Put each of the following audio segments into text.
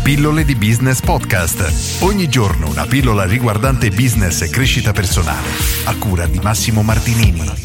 Pillole di Business Podcast. Ogni giorno una pillola riguardante business e crescita personale. A cura di Massimo Martinini.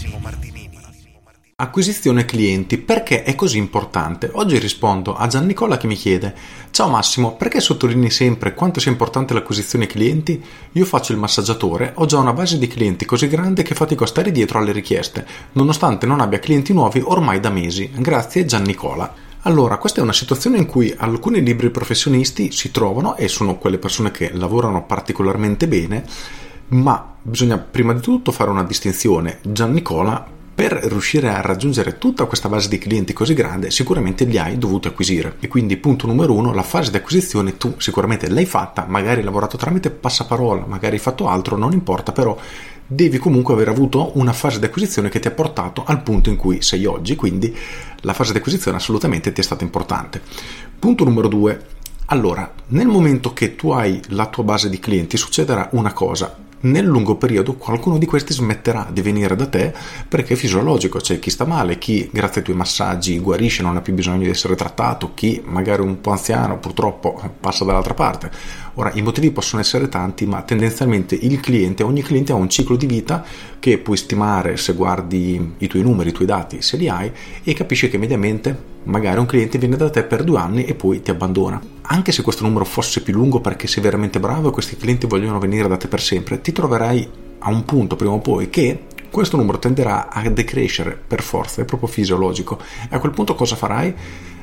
Acquisizione clienti, perché è così importante? Oggi rispondo a Giannicola che mi chiede: ciao Massimo, perché sottolinei sempre quanto sia importante l'acquisizione clienti? Io faccio il massaggiatore, ho già una base di clienti così grande che fatico a stare dietro alle richieste, nonostante non abbia clienti nuovi ormai da mesi. Grazie Giannicola. Allora, questa è una situazione in cui alcuni liberi professionisti si trovano e sono quelle persone che lavorano particolarmente bene, ma bisogna prima di tutto fare una distinzione. Giannicola, per riuscire a raggiungere tutta questa base di clienti così grande, sicuramente li hai dovuti acquisire. E quindi, punto numero uno, la fase di acquisizione tu sicuramente l'hai fatta, magari hai lavorato tramite passaparola, magari hai fatto altro, non importa, però devi comunque aver avuto una fase di acquisizione che ti ha portato al punto in cui sei oggi, quindi la fase di acquisizione assolutamente ti è stata importante. Punto numero due, allora, nel momento che tu hai la tua base di clienti succederà una cosa: nel lungo periodo qualcuno di questi smetterà di venire da te, perché è fisiologico, c'è chi sta male, chi grazie ai tuoi massaggi guarisce, non ha più bisogno di essere trattato, chi magari un po' anziano purtroppo passa dall'altra parte. Ora, i motivi possono essere tanti, ma tendenzialmente ogni cliente ha un ciclo di vita che puoi stimare se guardi i tuoi numeri, i tuoi dati, se li hai, e capisci che mediamente magari un cliente viene da te per 2 anni e poi ti abbandona. Anche se questo numero fosse più lungo perché sei veramente bravo e questi clienti vogliono venire da te per sempre, ti troverai a un punto prima o poi che questo numero tenderà a decrescere per forza, è proprio fisiologico. E a quel punto cosa farai?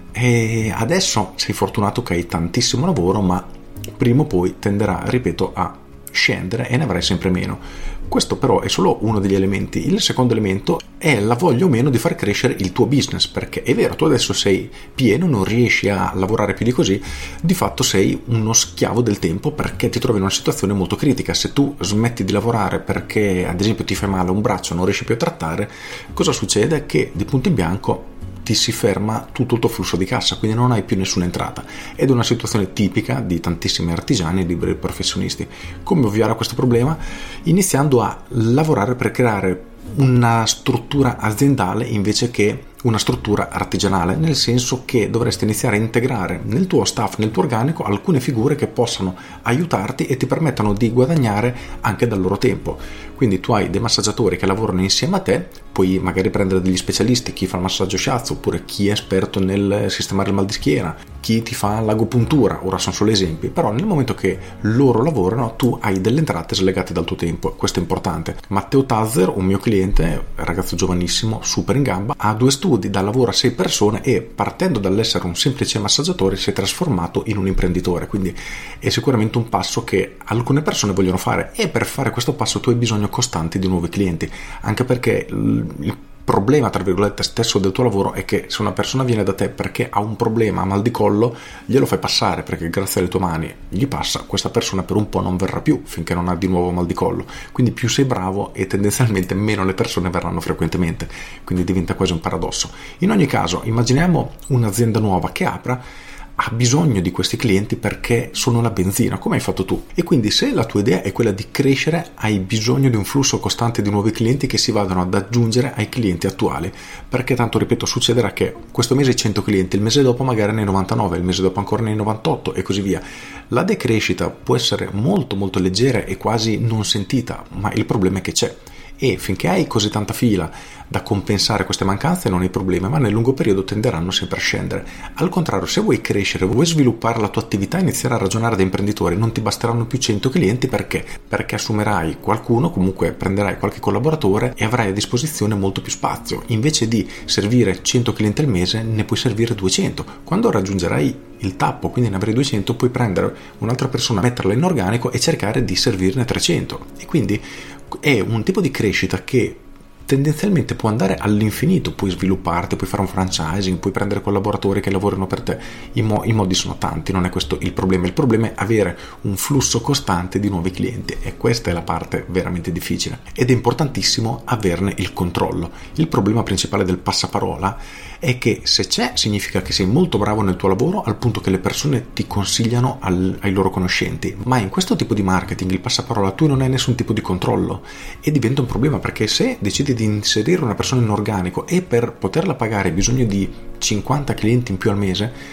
E adesso sei fortunato che hai tantissimo lavoro, ma prima o poi tenderà, ripeto, a scendere e ne avrai sempre meno. Questo però è solo uno degli elementi. Il secondo elemento è la voglia o meno di far crescere il tuo business, perché è vero, tu adesso sei pieno, non riesci a lavorare più di così, di fatto sei uno schiavo del tempo perché ti trovi in una situazione molto critica. Se tu smetti di lavorare perché ad esempio ti fai male un braccio, non riesci più a trattare, cosa succede? Che di punto in bianco ti si ferma tutto il tuo flusso di cassa, quindi non hai più nessuna entrata, ed è una situazione tipica di tantissimi artigiani e liberi professionisti. Come ovviare a questo problema? Iniziando a lavorare per creare una struttura aziendale invece che una struttura artigianale, nel senso che dovresti iniziare a integrare nel tuo staff, nel tuo organico, alcune figure che possano aiutarti e ti permettano di guadagnare anche dal loro tempo. Quindi tu hai dei massaggiatori che lavorano insieme a te, puoi magari prendere degli specialisti, chi fa il massaggio shiatsu oppure chi è esperto nel sistemare il mal di schiena, chi ti fa l'agopuntura, ora sono solo esempi, però nel momento che loro lavorano tu hai delle entrate slegate dal tuo tempo, questo è importante. Matteo Tazzer, un mio cliente, ragazzo giovanissimo, super in gamba, ha 2 studi, dà lavoro a 6 persone e partendo dall'essere un semplice massaggiatore si è trasformato in un imprenditore, quindi è sicuramente un passo che alcune persone vogliono fare, e per fare questo passo tu hai bisogno costante di nuovi clienti, anche perché il problema tra virgolette stesso del tuo lavoro è che se una persona viene da te perché ha un problema, mal di collo, glielo fai passare perché grazie alle tue mani gli passa, questa persona per un po' non verrà più finché non ha di nuovo mal di collo, quindi più sei bravo e tendenzialmente meno le persone verranno frequentemente, quindi diventa quasi un paradosso. In ogni caso, immaginiamo un'azienda nuova che apra, ha bisogno di questi clienti perché sono la benzina, come hai fatto tu, e quindi se la tua idea è quella di crescere hai bisogno di un flusso costante di nuovi clienti che si vadano ad aggiungere ai clienti attuali, perché tanto, ripeto, succederà che questo mese hai 100 clienti, il mese dopo magari ne hai 99, il mese dopo ancora ne hai 98 e così via. La decrescita può essere molto molto leggera e quasi non sentita, ma il problema è che c'è, e finché hai così tanta fila da compensare queste mancanze non hai problemi, ma nel lungo periodo tenderanno sempre a scendere. Al contrario, se vuoi crescere, vuoi sviluppare la tua attività, iniziare a ragionare da imprenditore, non ti basteranno più 100 clienti, perché assumerai qualcuno, comunque prenderai qualche collaboratore e avrai a disposizione molto più spazio. Invece di servire 100 clienti al mese ne puoi servire 200. Quando raggiungerai il tappo, quindi ne avrai 200, puoi prendere un'altra persona, metterla in organico e cercare di servirne 300, e quindi è un tipo di crescita che tendenzialmente può andare all'infinito, puoi svilupparti, puoi fare un franchising, puoi prendere collaboratori che lavorano per te, i modi sono tanti, non è questo il problema è avere un flusso costante di nuovi clienti, e questa è la parte veramente difficile, ed è importantissimo averne il controllo. Il problema principale del passaparola è che se c'è, significa che sei molto bravo nel tuo lavoro al punto che le persone ti consigliano ai loro conoscenti, ma in questo tipo di marketing, il passaparola, tu non hai nessun tipo di controllo, e diventa un problema, perché se decidi di inserire una persona in organico e per poterla pagare hai bisogno di 50 clienti in più al mese,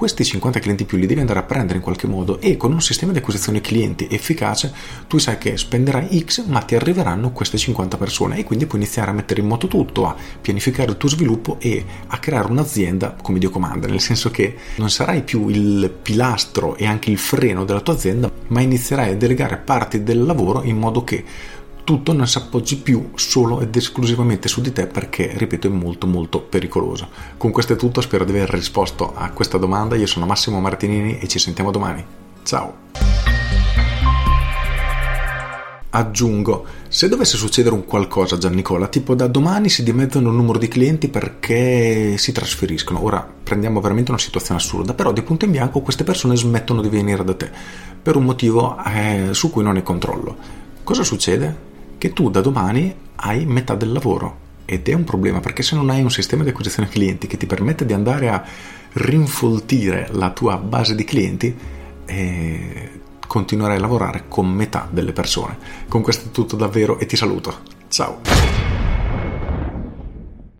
questi 50 clienti più li devi andare a prendere in qualche modo, e con un sistema di acquisizione clienti efficace tu sai che spenderai X ma ti arriveranno queste 50 persone, e quindi puoi iniziare a mettere in moto tutto, a pianificare il tuo sviluppo e a creare un'azienda come Dio comanda, nel senso che non sarai più il pilastro e anche il freno della tua azienda, ma inizierai a delegare parti del lavoro in modo che tutto non si appoggi più solo ed esclusivamente su di te, perché, ripeto, è molto molto pericoloso. Con questo è tutto, spero di aver risposto a questa domanda. Io sono Massimo Martinini e ci sentiamo domani. Ciao! Aggiungo, se dovesse succedere un qualcosa, Giannicola, tipo da domani si dimezzano il numero di clienti perché si trasferiscono, ora prendiamo veramente una situazione assurda, però di punto in bianco queste persone smettono di venire da te per un motivo su cui non hai controllo, cosa succede? Che tu da domani hai metà del lavoro, ed è un problema, perché se non hai un sistema di acquisizione clienti che ti permette di andare a rinfoltire la tua base di clienti, continuerai a lavorare con metà delle persone. Con questo è tutto davvero e ti saluto. Ciao!